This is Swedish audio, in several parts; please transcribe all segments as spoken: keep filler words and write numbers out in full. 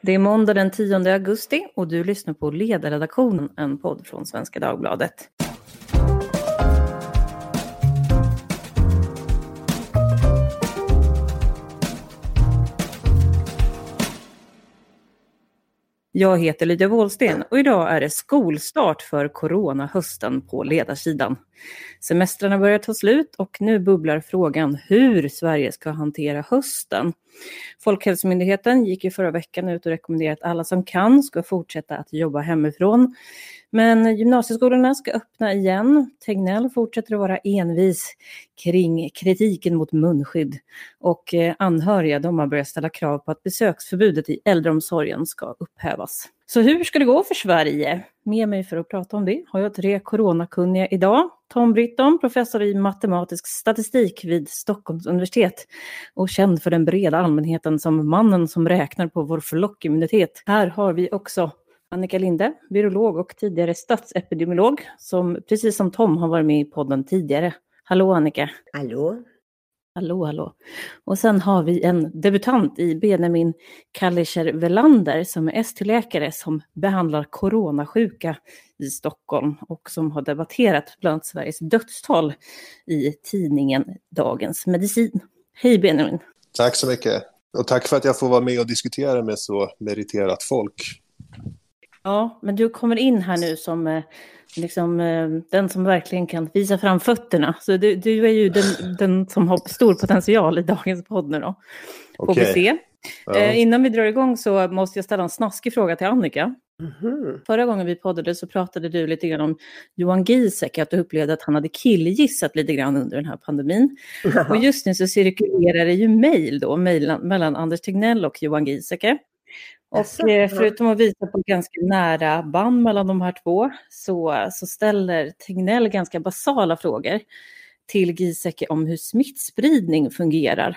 Det är måndag den tionde augusti och du lyssnar på Ledarredaktionen, en podd från Svenska Dagbladet. Jag heter Lydia Wåhlsten och idag är det skolstart för coronahösten på ledarsidan. Semestrarna börjar ta slut och nu bubblar frågan hur Sverige ska hantera hösten. Folkhälsomyndigheten gick ju förra veckan ut och rekommenderade att alla som kan ska fortsätta att jobba hemifrån. Men gymnasieskolorna ska öppna igen. Tegnell fortsätter att vara envis kring kritiken mot munskydd. Och anhöriga de har börjat ställa krav på att besöksförbudet i äldreomsorgen ska upphävas. Så hur ska det gå för Sverige? Med mig för att prata om det har jag tre coronakunniga idag. Tom Britton, professor i matematisk statistik vid Stockholms universitet och känd för den breda allmänheten som mannen som räknar på vår flockimmunitet. Här har vi också Annika Linde, virolog och tidigare statsepidemiolog som precis som Tom har varit med i podden tidigare. Hallå Annika. Hallå. Hallå, hallå. Och sen har vi en debutant i Benjamin Kallischer-Velander som är S T-läkare som behandlar coronasjuka i Stockholm och som har debatterat bland annat Sveriges dödstal i tidningen Dagens Medicin. Hej Benjamin. Tack så mycket. Och tack för att jag får vara med och diskutera med så meriterat folk. Ja, men du kommer in här nu som eh, liksom, eh, den som verkligen kan visa fram fötterna. Så du, du är ju den, den som har stor potential i dagens podd nu då. Får Okej. vi se. Ja. Eh, innan vi drar igång så måste jag ställa en snaskig fråga till Annika. Mm-hmm. Förra gången vi poddade så pratade du lite grann om Johan Giesecke, att du upplevde att han hade killgissat lite grann under den här pandemin. Jaha. Och just nu så cirkulerar det ju mejl då, mejl mellan Anders Tegnell och Johan Giesecke. Och eh, förutom att visa på ganska nära band mellan de här två så, så ställer Tegnell ganska basala frågor till Giesecke om hur smittspridning fungerar.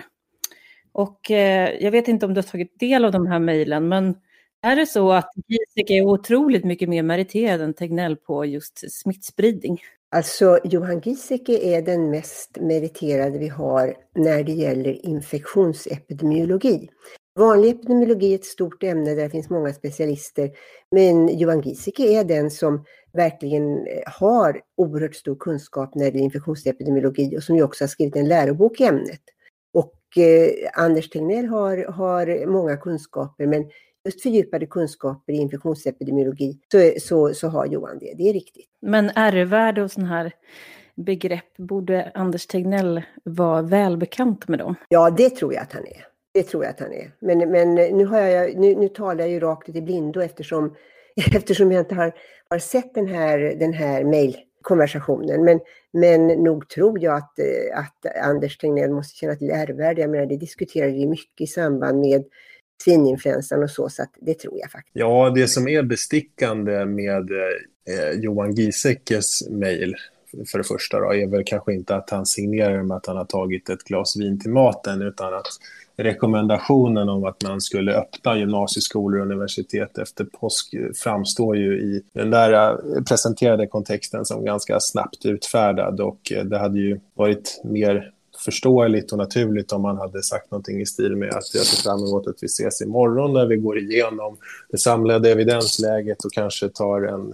Och eh, jag vet inte om du har tagit del av de här mejlen, men är det så att Giesecke är otroligt mycket mer meriterad än Tegnell på just smittspridning? Alltså Johan Giesecke är den mest meriterade vi har när det gäller infektionsepidemiologi. Vanlig epidemiologi är ett stort ämne där det finns många specialister, men Johan Giesecke är den som verkligen har oerhört stor kunskap när det gäller infektionsepidemiologi och som ju också har skrivit en lärobok i ämnet. Och eh, Anders Tegnell har, har många kunskaper, men just fördjupade kunskaper i infektionsepidemiologi så, så, så har Johan det, det är riktigt. Men R-värde och sån här begrepp, borde Anders Tegnell vara välbekant med dem? Ja, det tror jag att han är. Det tror jag att han är. Men, men nu, har jag, nu, nu talar jag ju rakt ut i blindo eftersom, eftersom jag inte har, har sett den här, den här mejlkonversationen. Men, men nog tror jag att, att Anders Tegnell måste känna till R-värde. Jag menar, det diskuterade vi mycket i samband med svininfluensan och så, så att det tror jag faktiskt. Ja, det som är bestickande med eh, Johan Gieseckes mejl för det första då, är väl kanske inte att han signerar med att han har tagit ett glas vin till maten, utan att rekommendationen om att man skulle öppna gymnasieskolor och universitet efter påsk framstår ju i den där presenterade kontexten som ganska snabbt utfärdad, och det hade ju varit mer förståeligt och naturligt om man hade sagt någonting i stil med att jag ser fram emot att vi ses imorgon när vi går igenom det samlade evidensläget och kanske tar en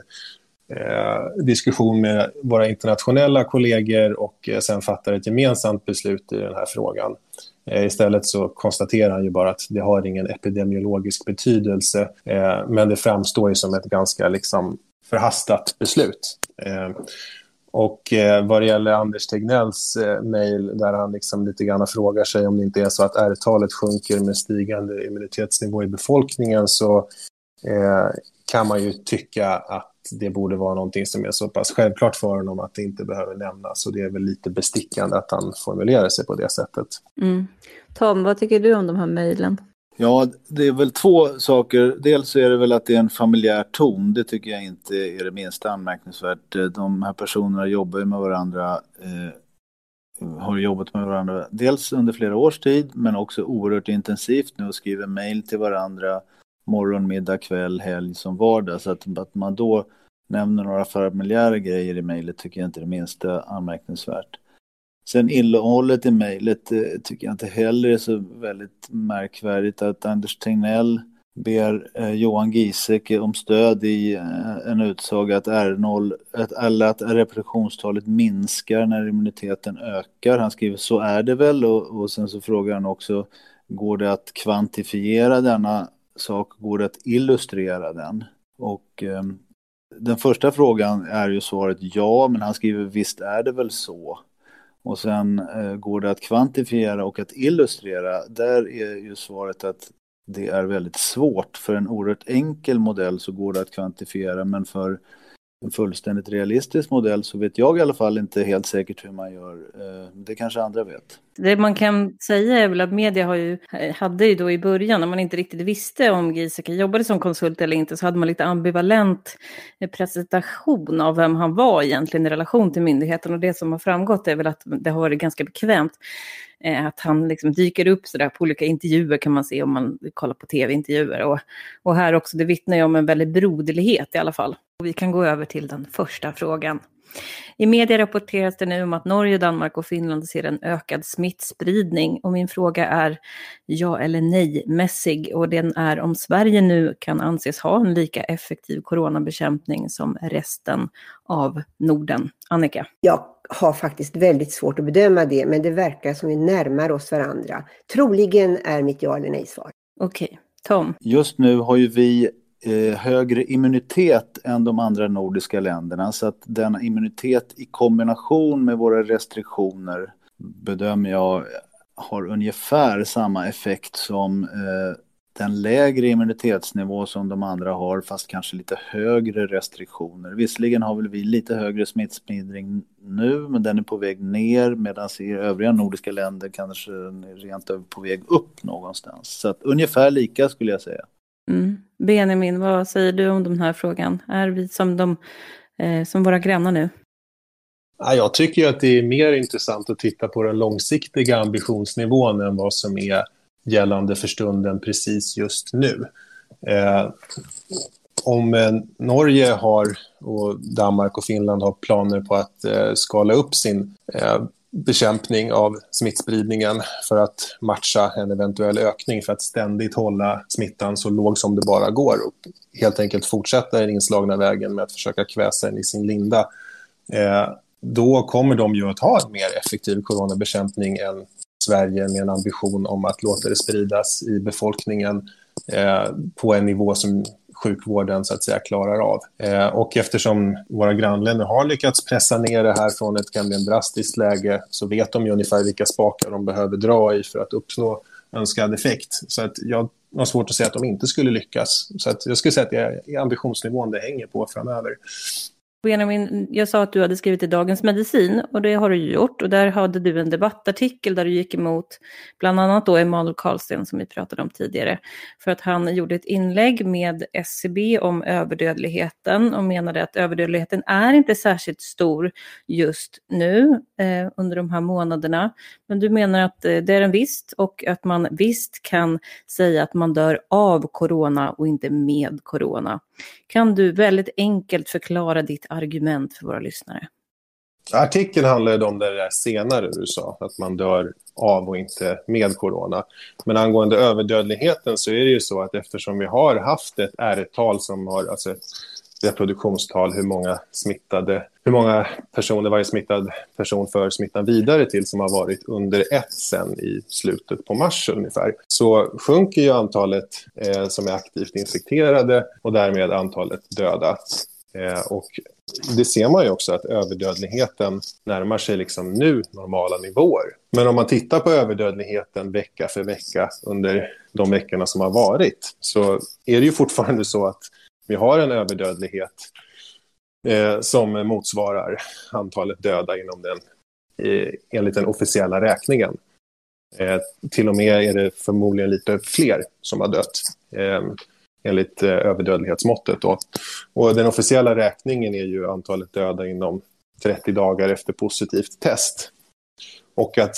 eh, diskussion med våra internationella kollegor och eh, sen fattar ett gemensamt beslut i den här frågan. Eh, istället så konstaterar han ju bara att det har ingen epidemiologisk betydelse, eh, men det framstår ju som ett ganska liksom förhastat beslut. Eh, Och eh, vad det gäller Anders Tegnells eh, mejl där han liksom lite grann frågar sig om det inte är så att R-talet sjunker med stigande immunitetsnivå i befolkningen, så eh, kan man ju tycka att det borde vara någonting som är så pass självklart för honom att det inte behöver nämnas. Och det är väl lite bestickande att han formulerar sig på det sättet. Mm. Tom, vad tycker du om de här mejlen? Ja, det är väl två saker. Dels är det väl att det är en familjär ton. Det tycker jag inte är det minsta anmärkningsvärt. De här personerna jobbar ju med varandra, eh, har jobbat med varandra dels under flera års tid, men också oerhört intensivt nu och skriver mejl till varandra morgon, middag, kväll, helg som vardag. Så att, att man då nämner några familjära grejer i mejlet tycker jag inte är det minsta anmärkningsvärt. Sen innehållet i mejlet tycker jag inte heller är så väldigt märkvärdigt. Att Anders Tegnell ber eh, Johan Giesecke om stöd i eh, en utsaga att R noll, ett, eller att reproduktionstalet minskar när immuniteten ökar. Han skriver så är det väl, och, och sen så frågar han också, går det att kvantifiera denna sak, går det att illustrera den? Och eh, den första frågan är ju svaret ja, men han skriver visst är det väl så. Och sen eh, går det att kvantifiera och att illustrera. Där är ju svaret att det är väldigt svårt. För en oerhört enkel modell så går det att kvantifiera, men för en fullständigt realistisk modell så vet jag i alla fall inte helt säkert hur man gör. Det kanske andra vet. Det man kan säga är väl att media har ju, hade ju då i början, när man inte riktigt visste om Giesecke jobbade som konsult eller inte, så hade man lite ambivalent presentation av vem han var egentligen i relation till myndigheten. Och det som har framgått är väl att det har varit ganska bekvämt. Att han liksom dyker upp så där på olika intervjuer, kan man se om man kollar på tv-intervjuer. Och, och här också, det vittnar ju om en väldigt broderlighet i alla fall. Och vi kan gå över till den första frågan. I media rapporteras det nu om att Norge, Danmark och Finland ser en ökad smittspridning. Och min fråga är ja eller nej-mässig. Och den är om Sverige nu kan anses ha en lika effektiv coronabekämpning som resten av Norden. Annika? Jag har faktiskt väldigt svårt att bedöma det, men det verkar som vi närmar oss varandra. Troligen är mitt ja eller nej-svar. Okej, okay. Tom? Just nu har ju vi eh, högre immunitet än de andra nordiska länderna, så att denna immunitet i kombination med våra restriktioner bedömer jag har ungefär samma effekt som eh, den lägre immunitetsnivå som de andra har, fast kanske lite högre restriktioner. Visserligen har väl vi lite högre smittspridning nu, men den är på väg ner, medan i övriga nordiska länder kanske den är rent över på väg upp någonstans. Så att ungefär lika skulle jag säga. Mm. Benjamin, vad säger du om den här frågan? Är vi som, de, eh, som våra grannar nu? Ja, jag tycker att det är mer intressant att titta på den långsiktiga ambitionsnivån än vad som är gällande för stunden precis just nu. Eh, om eh, Norge har och Danmark och Finland har planer på att eh, skala upp sin eh, bekämpning av smittspridningen för att matcha en eventuell ökning, för att ständigt hålla smittan så låg som det bara går och helt enkelt fortsätta den inslagna vägen med att försöka kväsa den i sin linda, eh, då kommer de ju att ha en mer effektiv coronabekämpning än Sverige, med en ambition om att låta det spridas i befolkningen eh, på en nivå som sjukvården så att säga klarar av. Eh, och eftersom våra grannländer har lyckats pressa ner det här från ett tämligen drastiskt läge, så vet de ju ungefär vilka spakar de behöver dra i för att uppnå önskad effekt. Så att jag har svårt att säga att de inte skulle lyckas. Så att jag skulle säga att det är ambitionsnivån det hänger på framöver. Benjamin, jag sa att du hade skrivit i Dagens Medicin, och det har du gjort, och där hade du en debattartikel där du gick emot bland annat då Emanuel Carlsten, som vi pratade om tidigare, för att han gjorde ett inlägg med S C B om överdödligheten och menade att överdödligheten är inte särskilt stor just nu eh, under de här månaderna, men du menar att eh, det är en visst, och att man visst kan säga att man dör av corona och inte med corona. Kan du väldigt enkelt förklara ditt argument för våra lyssnare? Artikeln handlade om det där senare du sa, att man dör av och inte med corona. Men angående överdödligheten så är det ju så att eftersom vi har haft ett R-tal som har, alltså ett reproduktionstal, hur många smittade, hur många personer varje smittad person för smittan vidare till, som har varit under ett sen i slutet på mars ungefär, så sjunker ju antalet eh, som är aktivt infekterade och därmed antalet döda. Eh, och det ser man ju också, att överdödligheten närmar sig liksom nu normala nivåer. Men om man tittar på överdödligheten vecka för vecka under de veckorna som har varit, så är det ju fortfarande så att vi har en överdödlighet eh, som motsvarar antalet döda inom den, eh, enligt den officiella räkningen. Eh, till och med är det förmodligen lite fler som har dött eh, enligt eh, överdödlighetsmåttet. Då. Och den officiella räkningen är ju antalet döda inom trettio dagar efter positivt test. Och att,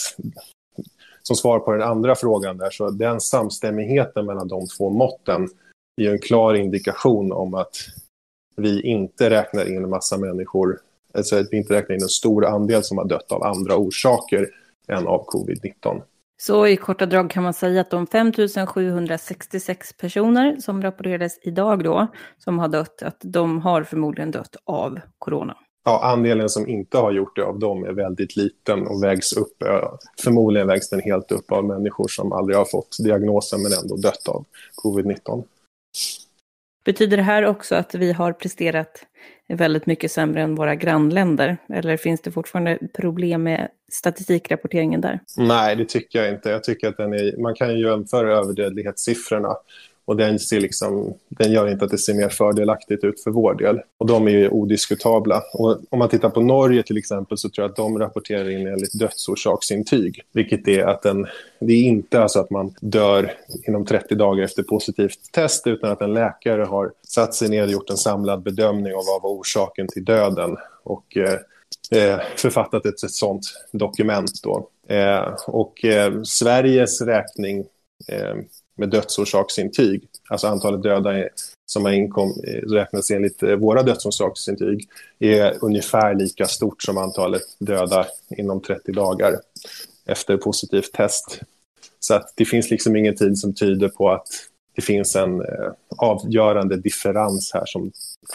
som svar på den andra frågan där, så den samstämmigheten mellan de två måtten är en klar indikation om att vi inte räknar in en massa människor, alltså att vi inte räknar in en stor andel som har dött av andra orsaker än av covid nitton. Så i korta drag kan man säga att de fem tusen sjuhundrasextiosex personer som rapporterades idag då, som har dött, att de har förmodligen dött av corona. Ja, andelen som inte har gjort det av dem är väldigt liten och vägs upp. Förmodligen vägs den helt upp av människor som aldrig har fått diagnosen men ändå dött av covid nitton. Betyder det här också att vi har presterat väldigt mycket sämre än våra grannländer? Eller finns det fortfarande problem med statistikrapporteringen där? Nej, det tycker jag inte. Jag tycker att den är, man kan ju jämföra överdödlighetssiffrorna. Och den, ser liksom, den gör inte att det ser mer fördelaktigt ut för vår del. Och de är ju odiskutabla. Och om man tittar på Norge till exempel så tror jag att de rapporterar in enligt dödsorsaksintyg. Vilket är att den, det är inte alltså att man dör inom trettio dagar efter positivt test utan att en läkare har satt sig ner och gjort en samlad bedömning av vad var orsaken till döden. Och eh, författat ett, ett sånt dokument då. Eh, och eh, Sveriges räkning... Eh, med dödsorsaksintyg, alltså antalet döda som har inkom, räknas enligt våra dödsorsaksintyg, är ungefär lika stort som antalet döda inom trettio dagar efter positivt test. Så att det finns liksom ingen tid som tyder på att det finns en eh, avgörande differens här som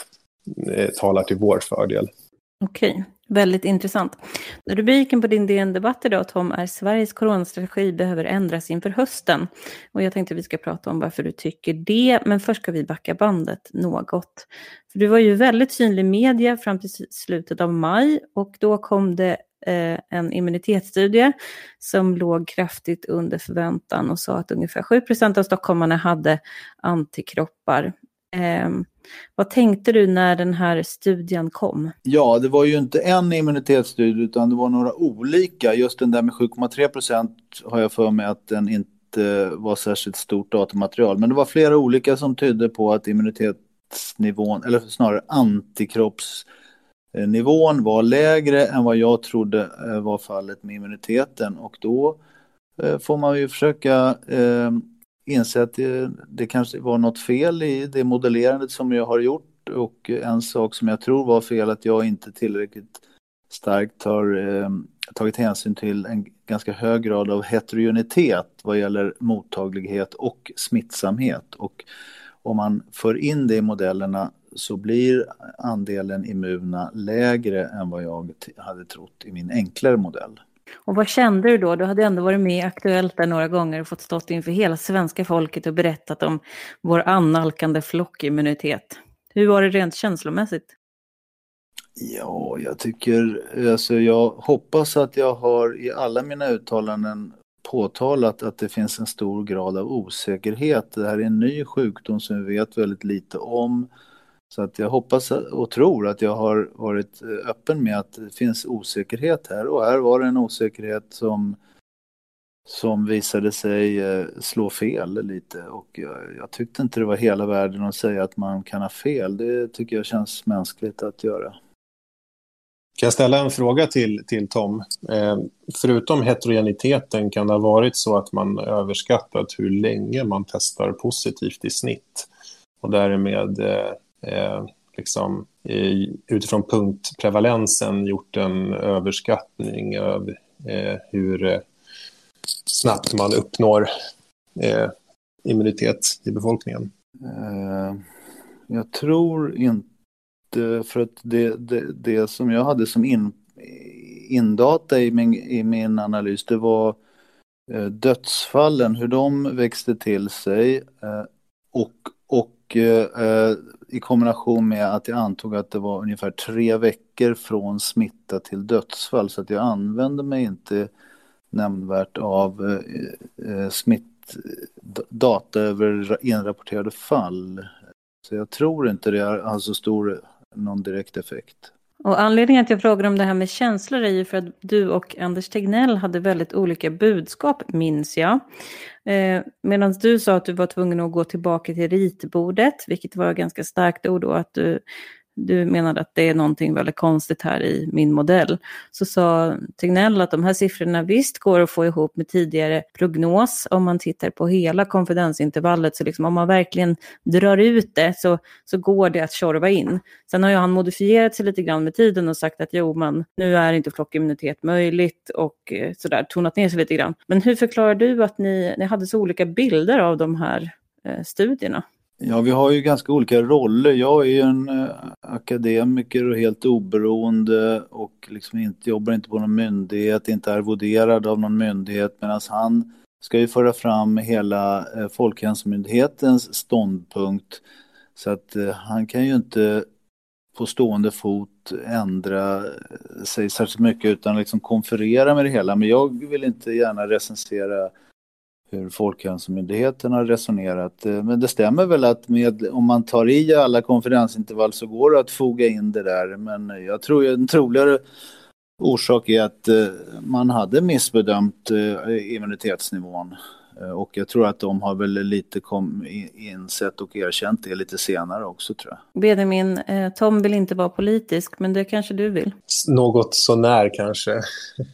eh, talar till vår fördel. Okej, väldigt intressant. Rubriken på din D N-debatt idag, Tom, är Sveriges coronastrategi behöver ändras inför hösten. Och jag tänkte att vi ska prata om varför du tycker det, men först ska vi backa bandet något. För du var ju väldigt synlig i media fram till slutet av maj och då kom det eh, en immunitetsstudie som låg kraftigt under förväntan och sa att ungefär sju procent av stockholmarna hade antikroppar. Eh, vad tänkte du när den här studien kom? Ja, det var ju inte en immunitetsstudie utan det var några olika. Just den där med sju komma tre procent har jag för mig att den inte var särskilt stort datamaterial. Men det var flera olika som tydde på att immunitetsnivån, eller snarare antikroppsnivån var lägre än vad jag trodde var fallet med immuniteten. Och då får man ju försöka... Eh, inse att det, det kanske var något fel i det modellerandet som jag har gjort, och en sak som jag tror var fel att jag inte tillräckligt starkt har eh, tagit hänsyn till en ganska hög grad av heterogenitet vad gäller mottaglighet och smittsamhet, och om man för in det i modellerna så blir andelen immuna lägre än vad jag t- hade trott i min enklare modell. Och vad kände du då? Du hade ändå varit med Aktuellt där några gånger och fått stått inför hela svenska folket och berättat om vår annalkande flockimmunitet. Hur var det rent känslomässigt? Ja, jag tycker, alltså jag hoppas att jag har i alla mina uttalanden påtalat att det finns en stor grad av osäkerhet. Det här är en ny sjukdom som vi vet väldigt lite om. Så att jag hoppas och tror att jag har varit öppen med att det finns osäkerhet här. Och här var det en osäkerhet som, som visade sig slå fel lite. Och jag, jag tyckte inte det var hela världen att säga att man kan ha fel. Det tycker jag känns mänskligt att göra. Kan jag ställa en fråga till, till Tom? Eh, förutom heterogeniteten, kan det ha varit så att man överskattat hur länge man testar positivt i snitt? Och därmed... Eh, Eh, liksom, eh, utifrån punktprevalensen gjort en överskattning av eh, hur eh, snabbt man uppnår eh, immunitet i befolkningen. Eh, jag tror inte, för att det, det, det som jag hade som in, indata i min, i min analys, det var eh, dödsfallen, hur de växte till sig eh, och, och eh, i kombination med att jag antog att det var ungefär tre veckor från smitta till dödsfall. Så att jag använde mig inte nämnvärt av eh, smittdata över inrapporterade fall. Så jag tror inte det har så stor någon direkt effekt. Och anledningen till att jag frågar om det här med känslor är ju för att du och Anders Tegnell hade väldigt olika budskap, minns jag. Eh, medan du sa att du var tvungen att gå tillbaka till ritbordet, vilket var ett ganska starkt ord, och att du du menade att det är någonting väldigt konstigt här i min modell, så sa Tegnell att de här siffrorna visst går att få ihop med tidigare prognos om man tittar på hela konfidensintervallet. Så liksom om man verkligen drar ut det så, så går det att tjorva in. Sen har ju han modifierat sig lite grann med tiden och sagt att jo, man, nu är inte flockimmunitet möjligt och sådär, tonat ner sig lite grann. Men hur förklarar du att ni, ni hade så olika bilder av de här eh, studierna? Ja, vi har ju ganska olika roller. Jag är ju en eh, akademiker och helt oberoende och liksom inte, jobbar inte på någon myndighet, inte arvoderad av någon myndighet, medan han ska ju föra fram hela eh, Folkhälsomyndighetens ståndpunkt. Så att eh, han kan ju inte på stående fot ändra sig särskilt mycket utan liksom konferera med det hela. Men jag vill inte gärna recensera hur Folkhälsomyndigheten har resonerat. Men det stämmer väl att med, om man tar i alla konfidensintervall så går det att foga in det där. Men jag tror en troligare orsak är att man hade missbedömt immunitetsnivån. Och jag tror att de har väl lite kom, insett och erkänt det lite senare också, tror jag. Benjamin, eh, Tom vill inte vara politisk, men det kanske du vill. Något så när kanske.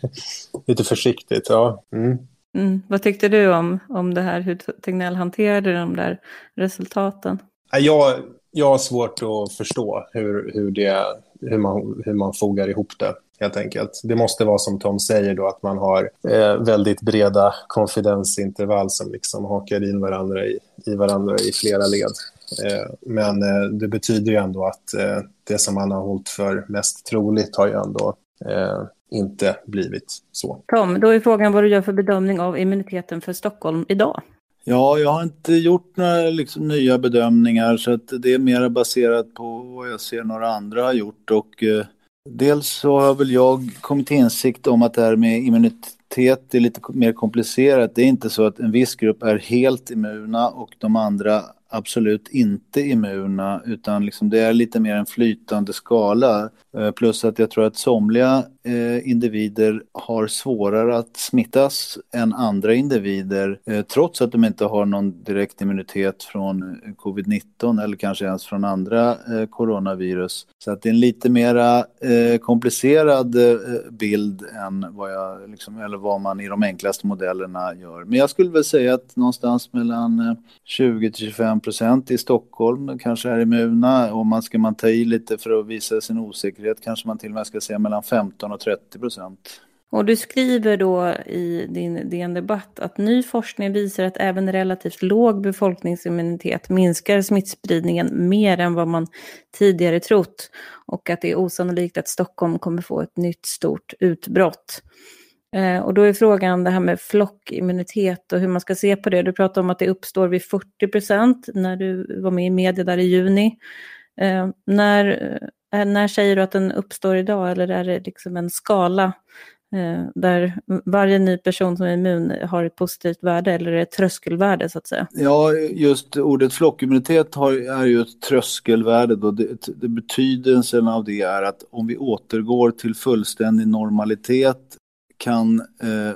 Lite försiktigt, ja. Mm. Mm. Vad tyckte du om, om det här, hur Tegnell hanterade de där resultaten? Jag, jag har svårt att förstå hur, hur, det, hur, man, hur man fogar ihop det. Helt enkelt. Det måste vara som Tom säger då, att man har eh, väldigt breda konfidensintervall som liksom hakar in varandra i, i varandra i flera led. Eh, men eh, det betyder ju ändå att eh, det som man har hållit för mest troligt har ju ändå eh, inte blivit så. Tom, då är frågan vad du gör för bedömning av immuniteten för Stockholm idag? Ja, jag har inte gjort några liksom, nya bedömningar, så att det är mer baserat på vad jag ser några andra har gjort. Och eh, dels så har väl jag kommit till insikt om att det här med immunitet är lite mer komplicerat. Det är inte så att en viss grupp är helt immuna och de andra absolut inte immuna, utan liksom det är lite mer en flytande skala. Plus att jag tror att somliga eh, individer har svårare att smittas än andra individer eh, trots att de inte har någon direkt immunitet från covid nitton eller kanske ens från andra eh, coronavirus. Så att det är en lite mera eh, komplicerad eh, bild än vad, jag, liksom, eller vad man i de enklaste modellerna gör. Men jag skulle väl säga att någonstans mellan eh, tjugo till tjugofem procent i Stockholm kanske är immuna, och man ska man ta i lite för att visa sin osäkerhet kanske man till och med ska säga mellan femton och trettio procent. Och du skriver då i din D N-debatt att ny forskning visar att även relativt låg befolkningsimmunitet minskar smittspridningen mer än vad man tidigare trott, och att det är osannolikt att Stockholm kommer få ett nytt stort utbrott. Eh, och då är frågan det här med flockimmunitet och hur man ska se på det. Du pratar om att det uppstår vid fyrtio procent när du var med i media där i juni. Eh, när, eh, när säger du att den uppstår idag, eller är det liksom en skala eh, där varje ny person som är immun har ett positivt värde, eller är det ett tröskelvärde så att säga? Ja, just ordet flockimmunitet har, är ju ett tröskelvärde. Då. Det, det betydelsen av det är att om vi återgår till fullständig normalitet Kan, eh,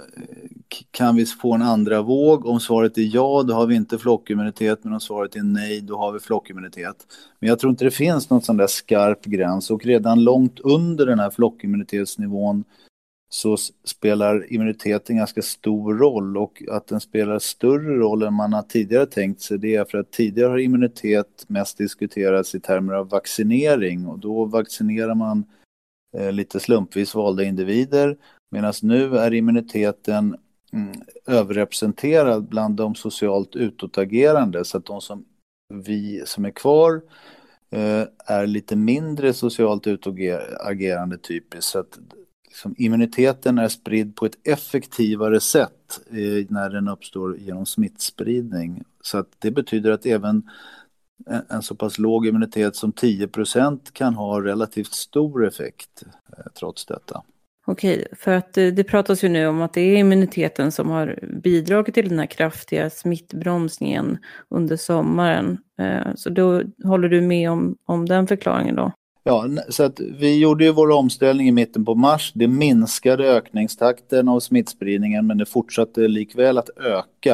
kan vi få en andra våg? Om svaret är ja, då har vi inte flockimmunitet, men om svaret är nej, då har vi flockimmunitet. Men jag tror inte det finns någon sån där skarp gräns, och redan långt under den här flockimmunitetsnivån så spelar immuniteten ganska stor roll, och att den spelar större roll än man har tidigare tänkt sig, det är för att tidigare har immunitet mest diskuterats i termer av vaccinering, och då vaccinerar man eh, lite slumpvis valda individer. Medan nu är immuniteten mm, överrepresenterad bland de socialt utåtagerande, så att de som vi som är kvar eh, är lite mindre socialt utåtagerande typiskt. Så att liksom, immuniteten är spridd på ett effektivare sätt eh, när den uppstår genom smittspridning. Så att det betyder att även en, en så pass låg immunitet som tio procent kan ha relativt stor effekt eh, trots detta. Okej, för att det pratas ju nu om att det är immuniteten som har bidragit till den här kraftiga smittbromsningen under sommaren. Så då håller du med om, om den förklaringen då? Ja, så att vi gjorde ju vår omställning i mitten på mars. Det minskade ökningstakten av smittspridningen, men det fortsatte likväl att öka.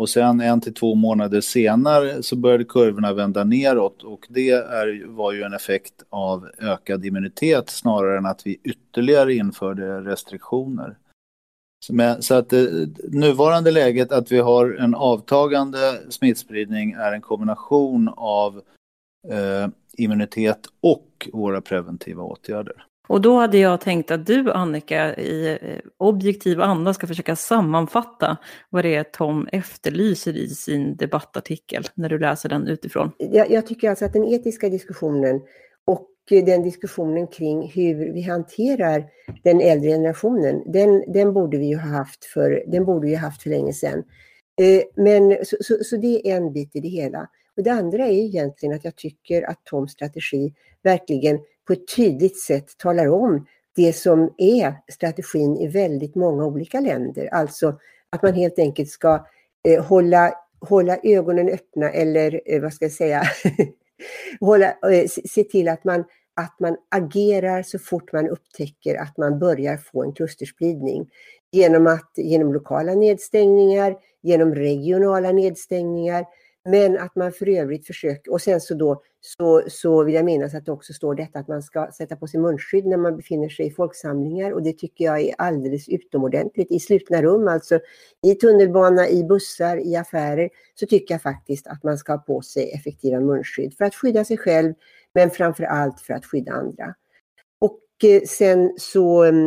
Och sen en till två månader senare så började kurvorna vända neråt, och det är, var ju en effekt av ökad immunitet snarare än att vi ytterligare införde restriktioner. Så, med, så att det nuvarande läget att vi har en avtagande smittspridning är en kombination av eh, immunitet och våra preventiva åtgärder. Och då hade jag tänkt att du, Annika, i objektiv anda ska försöka sammanfatta vad det är Tom efterlyser i sin debattartikel när du läser den utifrån. Jag, jag tycker alltså att den etiska diskussionen och den diskussionen kring hur vi hanterar den äldre generationen, den, den borde vi ju ha haft för, den borde vi ha haft för länge sedan. Eh, men så, så, så det är en bit i det hela. Och det andra är egentligen att jag tycker att Toms strategi verkligen på ett tydligt sätt talar om det som är strategin i väldigt många olika länder. Alltså att man helt enkelt ska eh, hålla, hålla ögonen öppna, eller eh, vad ska jag säga, hålla, eh, se till att man, att man agerar så fort man upptäcker att man börjar få en klusterspridning. Genom, att, genom lokala nedstängningar, genom regionala nedstängningar. Men att man för övrigt försöker, och sen så då så, så vill jag minnas att det också står detta att man ska sätta på sig munskydd när man befinner sig i folksamlingar, och det tycker jag är alldeles utomordentligt. I slutna rum, alltså i tunnelbana, i bussar, i affärer, så tycker jag faktiskt att man ska ha på sig effektiva munskydd för att skydda sig själv, men framför allt för att skydda andra. Och sen så, eh,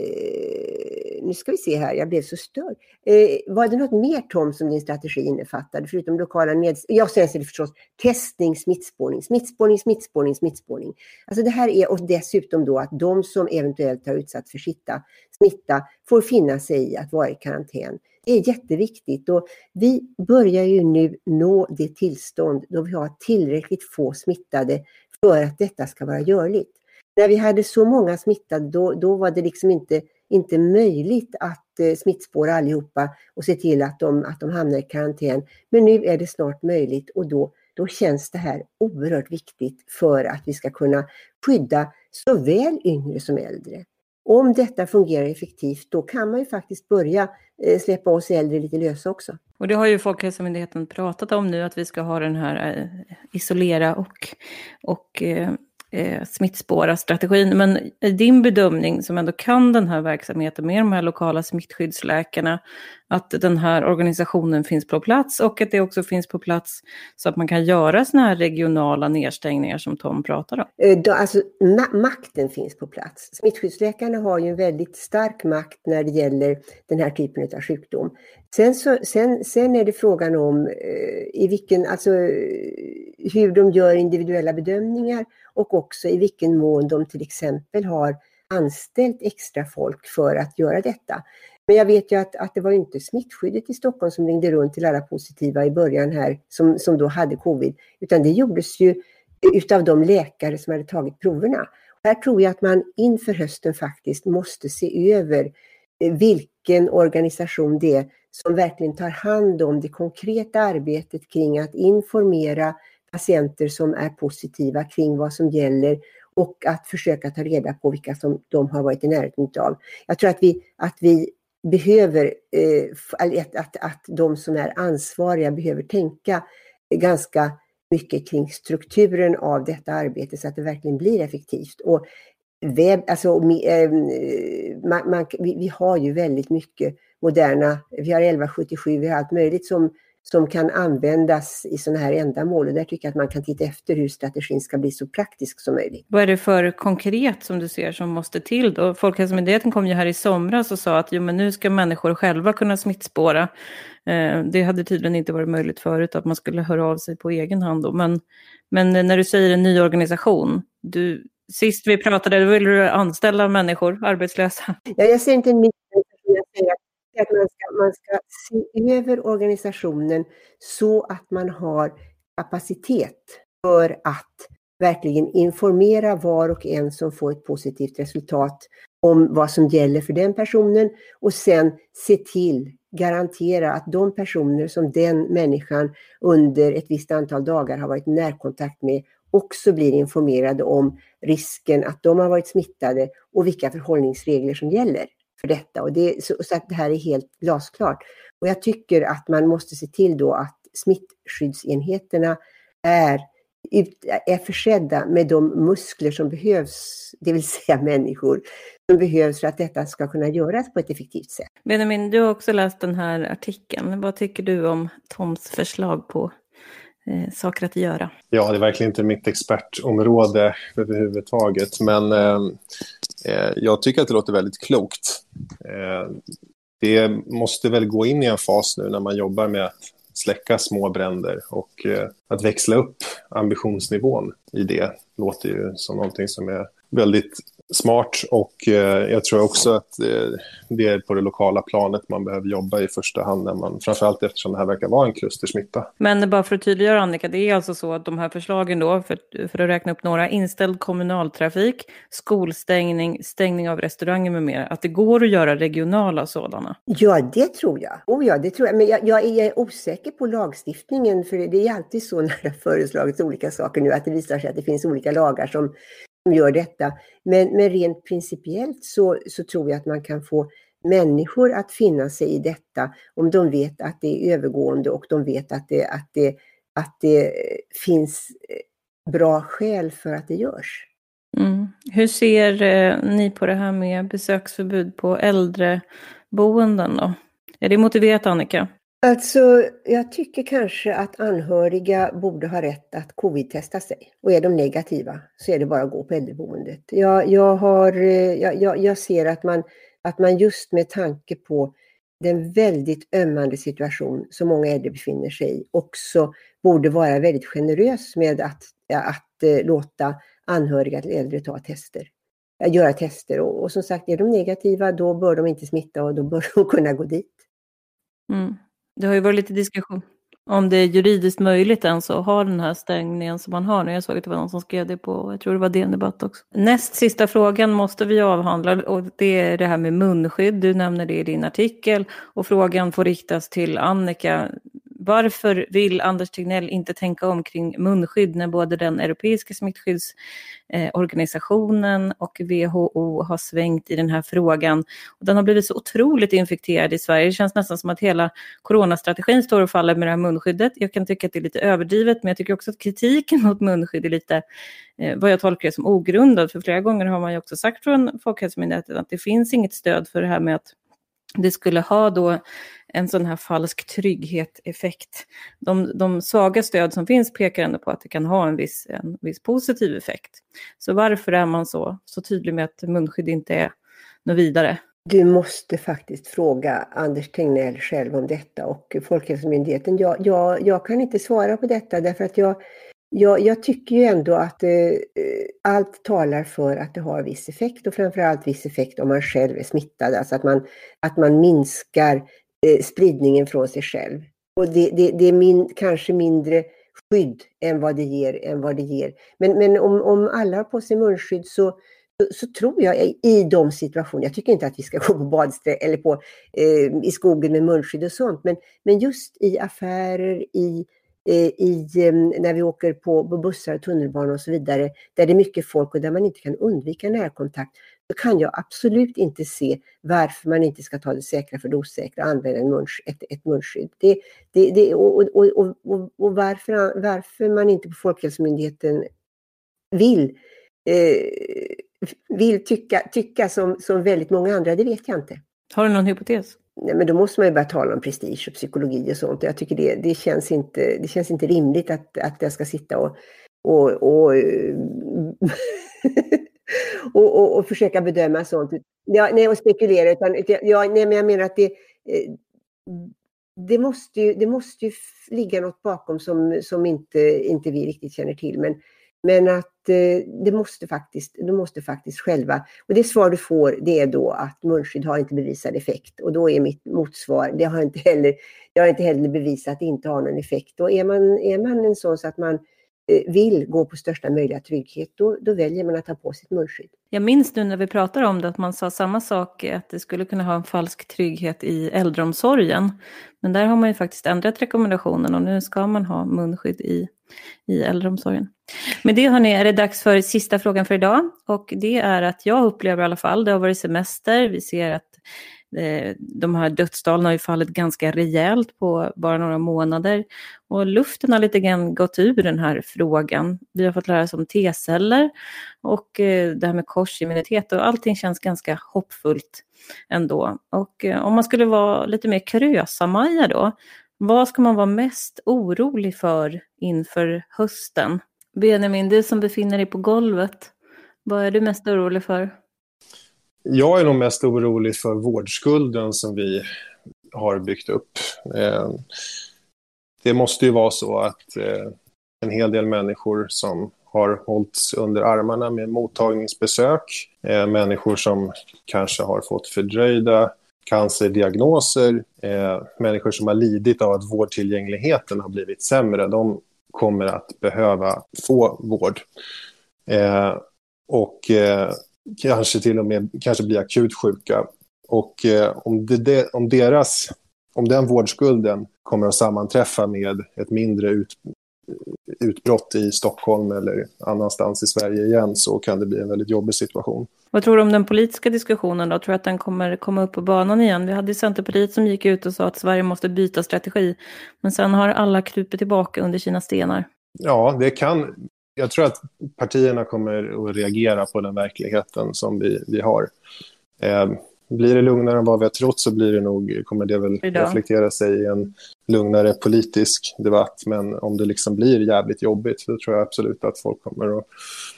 nu ska vi se här, jag blev så störd. Eh, var det något mer, Tom, som din strategi innefattade, förutom lokala nedstängningar? Ja, sen är det förstås testning, smittspårning, smittspårning, smittspårning, smittspårning. Alltså det här är, och dessutom då att de som eventuellt har utsatts för smitta, smitta får finna sig i att vara i karantän. Det är jätteviktigt, och vi börjar ju nu nå det tillstånd då vi har tillräckligt få smittade för att detta ska vara görligt. När vi hade så många smittade, då, då var det liksom inte, inte möjligt att eh, smittspåra allihopa och se till att de, att de hamnar i karantän. Men nu är det snart möjligt, och då, då känns det här oerhört viktigt för att vi ska kunna skydda såväl yngre som äldre. Om detta fungerar effektivt, då kan man ju faktiskt börja eh, släppa oss äldre lite lösa också. Och det har ju Folkhälsomyndigheten pratat om nu, att vi ska ha den här eh, isolera och... och eh... smittspåra strategin. Men din bedömning, som ändå kan den här verksamheten med de här lokala smittskyddsläkarna, att den här organisationen finns på plats och att det också finns på plats så att man kan göra såna här regionala nedstängningar som Tom pratar om? Då, alltså ma- makten finns på plats. Smittskyddsläkarna har ju en väldigt stark makt när det gäller den här typen av sjukdom. Sen, så, sen, sen är det frågan om eh, i vilken, alltså, hur de gör individuella bedömningar, och också i vilken mån de till exempel har anställt extra folk för att göra detta. Men jag vet ju att, att det var inte smittskyddet i Stockholm som ringde runt till alla positiva i början här som, som då hade covid, utan det gjordes ju utav de läkare som hade tagit proverna. Här tror jag att man inför hösten faktiskt måste se över vilken organisation det är som verkligen tar hand om det konkreta arbetet kring att informera patienter som är positiva kring vad som gäller, och att försöka ta reda på vilka som de har varit i närheten av. Jag tror att vi, att vi behöver, eh, att, att, att de som är ansvariga behöver tänka ganska mycket kring strukturen av detta arbete så att det verkligen blir effektivt. Och webb, alltså, eh, man, man, vi, vi har ju väldigt mycket moderna, vi har elva sjuttiosju, vi har allt möjligt som som kan användas i sådana här ändamål, och där tycker jag att man kan titta efter hur strategin ska bli så praktisk som möjligt. Vad är det för konkret som du ser som måste till då? Folkhälsomyndigheten kom ju här i somras och sa att jo, men nu ska människor själva kunna smittspåra. Eh, det hade tydligen inte varit möjligt förut att man skulle höra av sig på egen hand då. Men, men när du säger en ny organisation, du, sist vi pratade, då ville du anställa människor, arbetslösa. Ja, jag säger inte en ny organisation, jag säger att man ska, man ska se över organisationen så att man har kapacitet för att verkligen informera var och en som får ett positivt resultat om vad som gäller för den personen, och sen se till, garantera att de personer som den människan under ett visst antal dagar har varit i närkontakt med också blir informerade om risken att de har varit smittade och vilka förhållningsregler som gäller. för detta. Och det, så, så att det här är helt glasklart. Och jag tycker att man måste se till då att smittskyddsenheterna är, är försedda med de muskler som behövs, det vill säga människor, som behövs för att detta ska kunna göras på ett effektivt sätt. Benjamin, du har också läst den här artikeln. Vad tycker du om Toms förslag på eh, saker att göra? Ja, det är verkligen inte mitt expertområde överhuvudtaget, men eh, jag tycker att det låter väldigt klokt. Eh, det måste väl gå in i en fas nu när man jobbar med att släcka små bränder och eh, att växla upp ambitionsnivån i det låter ju som någonting som är väldigt smart, och eh, jag tror också att eh, det är på det lokala planet man behöver jobba i första hand, när man, framförallt eftersom det här verkar vara en klustersmitta. Men bara för att tydliggöra, Annika, det är alltså så att de här förslagen då, för, för att räkna upp några, inställd kommunaltrafik, skolstängning, stängning av restauranger med mer, att det går att göra regionala sådana. Ja, det tror jag. Oh ja, det tror jag. Men jag, jag är osäker på lagstiftningen, för det är alltid så när det har föreslagits olika saker nu, att det visar sig att det finns olika lagar som som gör detta. Men, men rent principiellt så, så tror jag att man kan få människor att finna sig i detta om de vet att det är övergående och de vet att det, att det, att det finns bra skäl för att det görs. Mm. Hur ser eh, ni på det här med besöksförbud på äldreboenden då? Är det motiverat, Annika? Alltså, jag tycker kanske att anhöriga borde ha rätt att covid-testa sig. Och är de negativa så är det bara att gå på äldreboendet. Jag, jag, har, jag, jag, jag ser att man, att man just med tanke på den väldigt ömmande situation som många äldre befinner sig i också borde vara väldigt generös med att, att låta anhöriga till äldre ta tester. Göra tester. Och, och som sagt, är de negativa då bör de inte smitta och då bör de kunna gå dit. Mm. Det har ju varit lite diskussion om det är juridiskt möjligt ens att ha den här stängningen som man har. Jag såg att det var någon som skrev det på, jag tror det var D N-debatt också. Näst sista frågan måste vi avhandla, och det är det här med munskydd. Du nämner det i din artikel, och frågan får riktas till Annika. Varför vill Anders Tegnell inte tänka om kring munskydd när både den europeiska smittskyddsorganisationen och W H O har svängt i den här frågan? Och den har blivit så otroligt infekterad i Sverige. Det känns nästan som att hela coronastrategin står och faller med det här munskyddet. Jag kan tycka att det är lite överdrivet, men jag tycker också att kritiken mot munskydd är lite, eh, vad jag tolkar det som, ogrundad. För flera gånger har man ju också sagt från Folkhälsomyndigheten att det finns inget stöd för det här med att det skulle ha då en sån här falsk trygghet-effekt. De, de svaga stöd som finns pekar ändå på att det kan ha en viss, en viss positiv effekt. Så varför är man så, så tydlig med att munskydd inte är något vidare? Du måste faktiskt fråga Anders Tegnell själv om detta och Folkhälsomyndigheten. Jag, jag, jag kan inte svara på detta därför att jag, jag, jag tycker ju ändå att eh, allt talar för att det har viss effekt, och framförallt viss effekt om man själv är smittad. Alltså att man, att man minskar eh, spridningen från sig själv. Och det, det, det är min, kanske mindre skydd än vad det ger. Än vad det ger. Men, men om, om alla har på sig munskydd så, så, så tror jag i de situationerna, jag tycker inte att vi ska gå på badsträ eller på, eh, i skogen med munskydd och sånt, men, men just i affärer, i I, när vi åker på, på bussar, tunnelbanor och så vidare, där det är mycket folk och där man inte kan undvika närkontakt, så kan jag absolut inte se varför man inte ska ta det säkra för det osäkra och använda en muns, ett, ett munskydd. Det, det, det, och och, och, och, och varför, varför man inte på Folkhälsomyndigheten vill, eh, vill tycka, tycka som, som väldigt många andra, det vet jag inte. Har du någon hypotes? Nej, men då måste man ju börja tala om prestige och psykologi och sånt. Jag tycker det, det, känns, inte, det känns inte rimligt att, att jag ska sitta och, och, och, och, och, och försöka bedöma sånt. Ja, nej, och spekulera. Utan, ja, nej, men jag menar att det, det, måste ju, det måste ju ligga något bakom som, som inte, inte vi riktigt känner till. Men, men att eh, det måste faktiskt, du måste faktiskt själva, och det svar du får, det är då att munskydd har inte bevisad effekt, och då är mitt motsvar, det har inte heller, jag har inte heller bevisat att det inte har någon effekt. Och är man, är man en sån så att man eh, vill gå på största möjliga trygghet, då, då väljer man att ta på sitt munskydd. Jag minns nu när vi pratar om det att man sa samma sak, att det skulle kunna ha en falsk trygghet i äldreomsorgen. Men där har man ju faktiskt ändrat rekommendationen och nu ska man ha munskydd i, i äldreomsorgen. Med det hörni är det dags för sista frågan för idag. Och det är att jag upplever i alla fall, det har varit semester. Vi ser att eh, de här dödstalen har ju fallit ganska rejält på bara några månader. Och luften har lite grann gått ur den här frågan. Vi har fått lära oss om T-celler och eh, det här med korsimmunitet. Och allting känns ganska hoppfullt ändå. Och eh, om man skulle vara lite mer krösamaja då. Vad ska man vara mest orolig för inför hösten? Benjamin, du som befinner dig på golvet. Vad är du mest orolig för? Jag är nog mest orolig för vårdskulden som vi har byggt upp. Det måste ju vara så att en hel del människor som har hållits under armarna med mottagningsbesök, människor som kanske har fått fördröjda cancerdiagnoser, människor som har lidit av att vårdtillgängligheten har blivit sämre, de kommer att behöva få vård. Eh, och eh, kanske till och med kanske bli akut sjuka. Och eh, om, det, det, om, deras, om den vårdskulden kommer att sammanträffa med ett mindre ut, utbrott i Stockholm eller annanstans i Sverige igen, så kan det bli en väldigt jobbig situation. Vad tror du om den politiska diskussionen då? Tror du att den kommer komma upp på banan igen? Vi hade Centerpartiet som gick ut och sa att Sverige måste byta strategi. Men sen har alla krupit tillbaka under sina stenar. Ja, det kan. Jag tror att partierna kommer att reagera på den verkligheten som vi, vi har. Eh, blir det lugnare än vad vi har trott, så blir det nog, kommer det väl Idag. reflektera sig i en lugnare politisk debatt. Men om det liksom blir jävligt jobbigt, så tror jag absolut att folk kommer att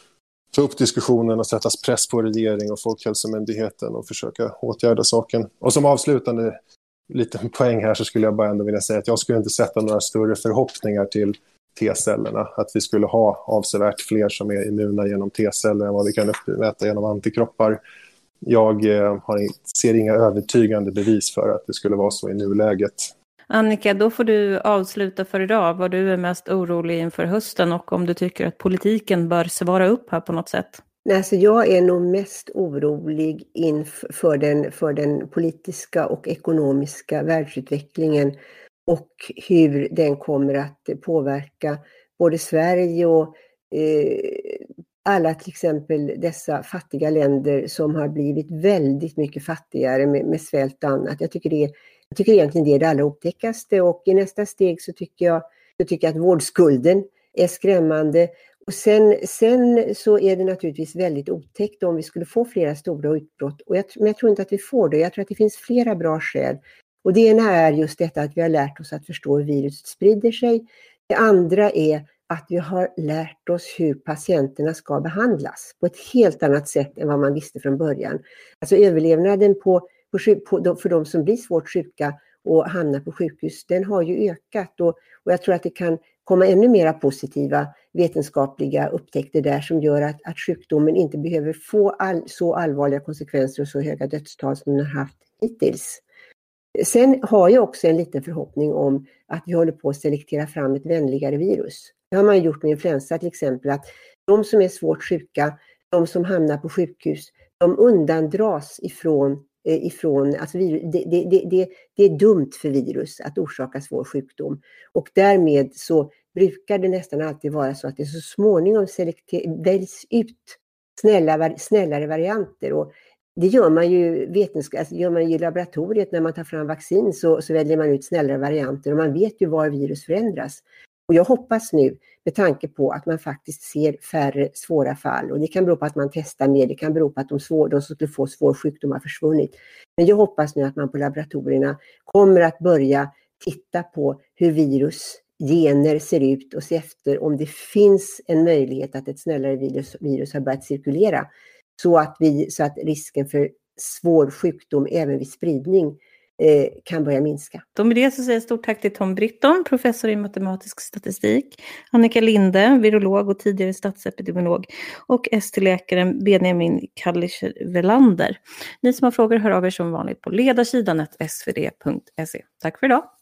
ta upp diskussionen och sättas press på regering och Folkhälsomyndigheten och försöka åtgärda saken. Och som avslutande liten poäng här så skulle jag bara ändå vilja säga att jag skulle inte sätta några större förhoppningar till T-cellerna. Att vi skulle ha avsevärt fler som är immuna genom T-celler än vad vi kan uppmäta genom antikroppar. Jag eh, har, ser inga övertygande bevis för att det skulle vara så i nuläget. Annika, då får du avsluta för idag. Vad du är mest orolig inför hösten och om du tycker att politiken bör svara upp här på något sätt. Alltså jag är nog mest orolig inför den, för den politiska och ekonomiska världsutvecklingen och hur den kommer att påverka både Sverige och eh, alla till exempel dessa fattiga länder som har blivit väldigt mycket fattigare med, med svält och annat. Jag tycker, det är, jag tycker egentligen det är det allra otäckaste, och i nästa steg så tycker jag, så tycker jag att vårdskulden är skrämmande. Och sen, sen så är det naturligtvis väldigt otäckt om vi skulle få flera stora utbrott. Och jag, men jag tror inte att vi får det. Jag tror att det finns flera bra skäl. Och det ena är just detta att vi har lärt oss att förstå hur viruset sprider sig. Det andra är att vi har lärt oss hur patienterna ska behandlas på ett helt annat sätt än vad man visste från början. Alltså överlevnaden på, på, på, för de som blir svårt sjuka och hamnar på sjukhus, den har ju ökat. Och, och jag tror att det kan komma ännu mera positiva vetenskapliga upptäckter där som gör att, att sjukdomen inte behöver få all, så allvarliga konsekvenser och så höga dödstal som den har haft hittills. Sen har jag också en liten förhoppning om att vi håller på att selektera fram ett vänligare virus. Det har man gjort med influensa till exempel, att de som är svårt sjuka, de som hamnar på sjukhus, de undandras ifrån, eh, ifrån alltså det, det, det, det, det är dumt för virus att orsaka svår sjukdom. Och därmed så brukar det nästan alltid vara så att det så småningom selekter- väljs ut snälla, snällare varianter. Och det gör man ju vetenskap, alltså gör man ju i laboratoriet när man tar fram vaccin, så, så väljer man ut snällare varianter och man vet ju var virus förändras. Och jag hoppas nu, med tanke på att man faktiskt ser färre svåra fall, och det kan bero på att man testar mer, det kan bero på att de, svår, de som skulle få svår sjukdom har försvunnit. Men jag hoppas nu att man på laboratorierna kommer att börja titta på hur virus, gener ser ut och se efter om det finns en möjlighet att ett snällare virus, virus har börjat cirkulera. Så att, vi, så att risken för svår sjukdom även vid spridning eh, kan börja minska. Och med det så säger jag stort tack till Tom Britton, professor i matematisk statistik, Annika Linde, virolog och tidigare statsepidemiolog, och S T-läkaren Benjamin Kallisch-Velander. Ni som har frågor hör av er som vanligt på ledarsidan at s v d punkt se. Tack för idag!